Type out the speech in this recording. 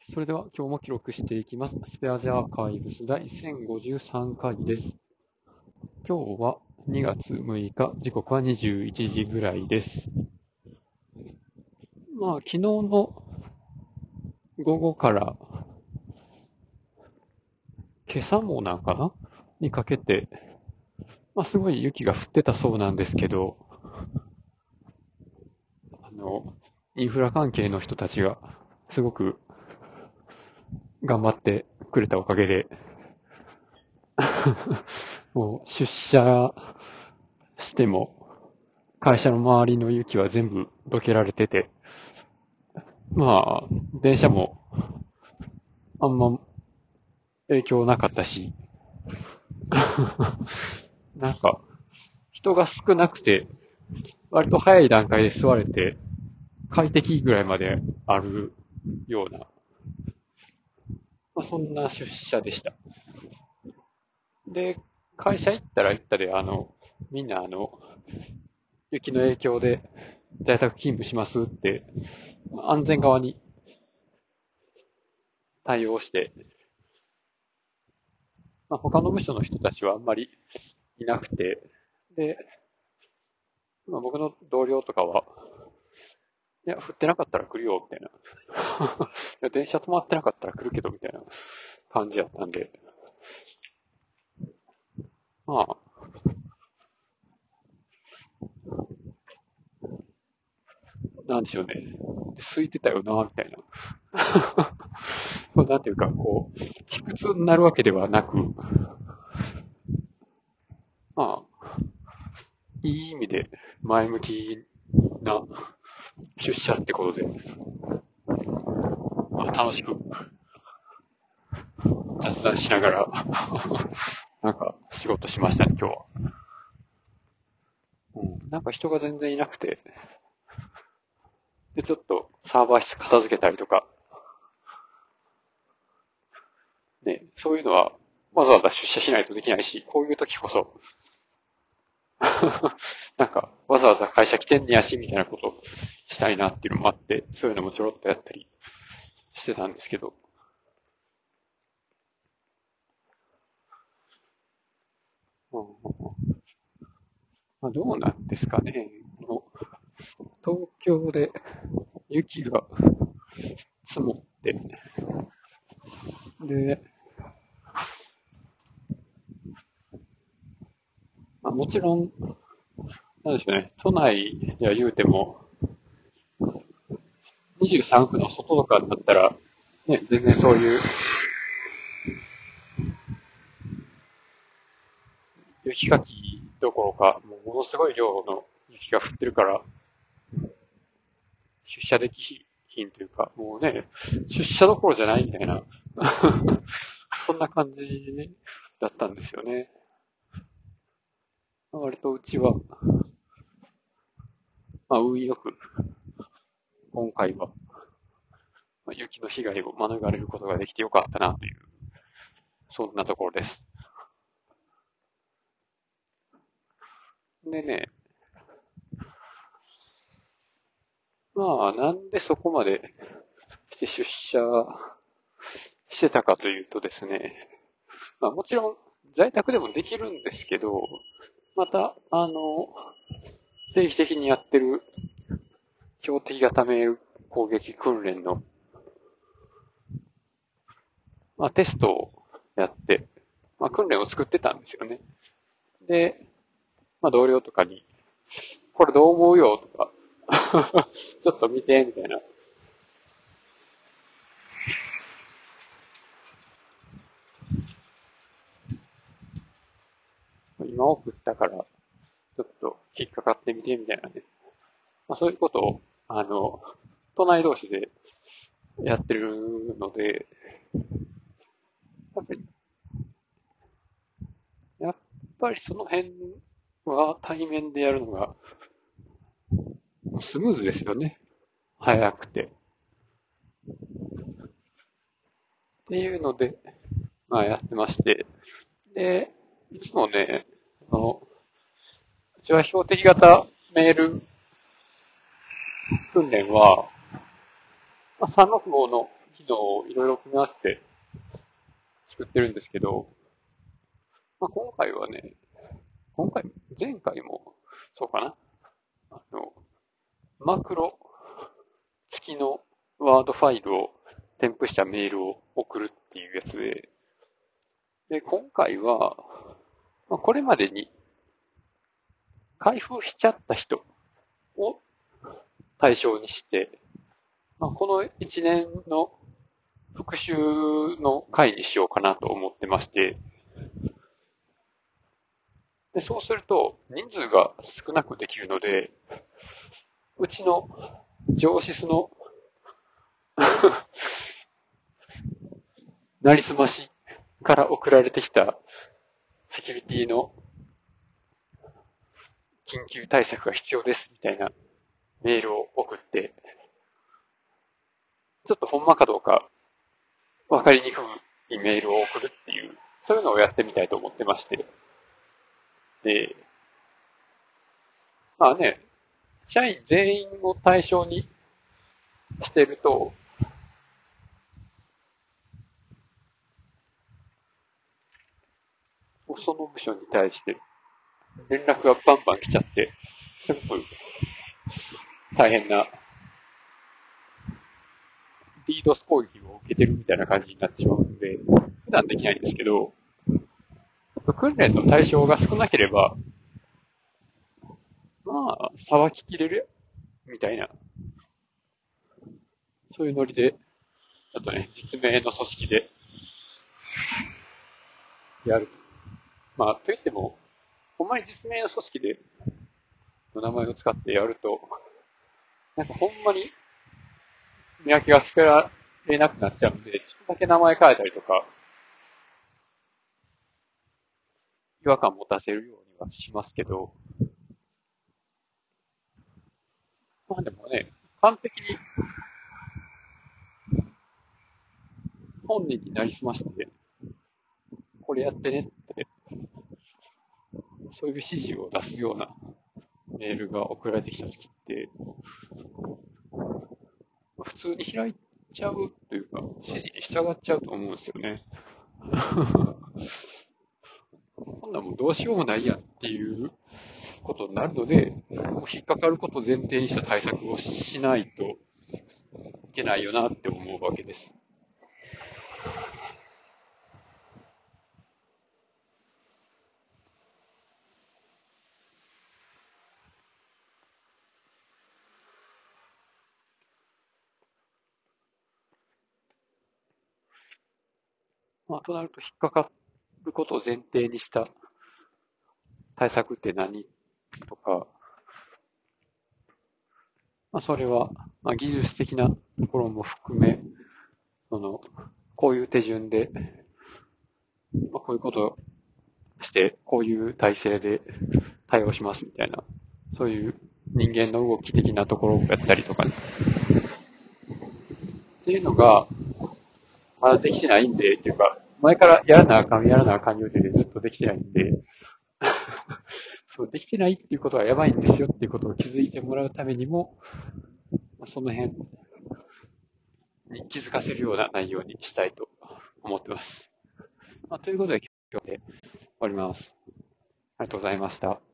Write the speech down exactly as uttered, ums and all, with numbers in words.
それでは今日も記録していきます。スペアジアーカイブス第せんごじゅうさんかいです。今日はにがつむいか、時刻はにじゅういちじぐらいです。まあ昨日の午後から今朝もなんかなにかけて、まあすごい雪が降ってたそうなんですけど、あの、インフラ関係の人たちがすごく頑張ってくれたおかげで、もう出社しても会社の周りの雪は全部どけられてて、まあ、電車もあんま影響なかったし、なんか、人が少なくて、割と早い段階で座れて、快適ぐらいまであるような、まあ、そんな出社でした。で、会社行ったら行ったで、あの、みんなあの、雪の影響で在宅勤務しますって、安全側に対応して、まあ、他の部署の人たちはあんまりいなくて、で、まあ、僕の同僚とかは、いや、降ってなかったら来るよ、みたいな。いや、電車止まってなかったら来るけど、みたいな感じやったんで、まあ、なんでしょうね。空いてたよな、みたいな。なんていうか、こう、卑屈になるわけではなく、まあ、いい意味で前向きな出社ってことで、まあ、楽しく雑談しながらなんか仕事しましたね、今日は。うん、なんか人が全然いなくて、で、ちょっとサーバー室片付けたりとか、ね、そういうのはわざわざ出社しないとできないし、こういう時こそなんか、わざわざ会社来てんねやし、みたいなことしたいなっていうのもあって、そういうのもちょろっとやったりしてたんですけど、うん、まあ、どうなんですかね。この東京で雪が積もって、で、まあ、もちろん、なんでしょうね、都内や言うても、にじゅうさんくの外とかだったら、ね、全然そういう雪かきどころか、もうものすごい量の雪が降ってるから、出社できひんというか、もうね、出社どころじゃないみたいな、そんな感じ、ね、だったんですよね。割とうちは、まあ、運よく、今回は、まあ、雪の被害を免れることができてよかったなという、そんなところです。でね、まあ、なんでそこまでして出社してたかというとですね、まあもちろん在宅でもできるんですけど、また、あの、定期的にやってる標的型メール攻撃訓練の、まあ、テストをやって、まあ、訓練を作ってたんですよね。で、まあ、同僚とかに、これどう思うよとか、ちょっと見て、みたいな。今送ったから、ちょっと引っかかってみて、みたいなね。まあ、そういうことを、あの、都内同士でやってるので、やっぱり、やっぱりその辺は対面でやるのがスムーズですよね。早くて。っていうので、まあやってまして。で、いつもね、あの、うちは標的型メール訓練は、まあ、さんろくごの基機能をいろいろ組み合わせて作ってるんですけど、まあ、今回はね、今回、前回もそうかな。あの、マクロ付きのワードファイルを添付したメールを送るっていうやつで、で、今回は、まあ、これまでに開封しちゃった人を対象にして、まあ、この一年の復習の回にしようかなと思ってまして、でそうすると人数が少なくできるので、うちの上司のなりすましから送られてきたセキュリティの緊急対策が必要ですみたいなメールを送って、ちょっとほんまかどうかわかりにくいメールを送るっていう、そういうのをやってみたいと思ってまして。で、まあね、社員全員を対象にしてると、その部署に対して連絡がバンバン来ちゃって、すごく大変な DDoS 攻撃を受けてるみたいな感じになってしまうので、普段できないんですけど、訓練の対象が少なければ、まあ、騒ぎきれるみたいな、そういうノリで、ちょっとね、実名の組織でやる。まあ、といっても、ほんまに実名の組織での名前を使ってやると、なんかほんまに見分けがつけられなくなっちゃうんで、ちょっとだけ名前変えたりとか、違和感持たせるようにはしますけど、まあでもね、完璧に本人になりすまして、これやってねって、そういう指示を出すようなメールが送られてきたときって、普通に開いちゃうというか、指示に従っちゃうと思うんですよね。こんなんもうどうしようもないやんっていうことになるので、もう引っかかることを前提にした対策をしないといけないよなって思うわけです。まあ、となると引っかかることを前提にした対策って何とか、まあ、それは、まあ、技術的なところも含め、その、こういう手順で、まあ、こういうことをして、こういう体制で対応しますみたいな、そういう人間の動き的なところをやったりとか、ね、っていうのが、まだできてないんで、っていうか、前からやらなあかん、やらなあかん予定でずっとできてないんで、そう、できてないっていうことはやばいんですよっていうことを気づいてもらうためにも、その辺に気づかせるような内容にしたいと思ってます。まあ、ということで今日で終わります。ありがとうございました。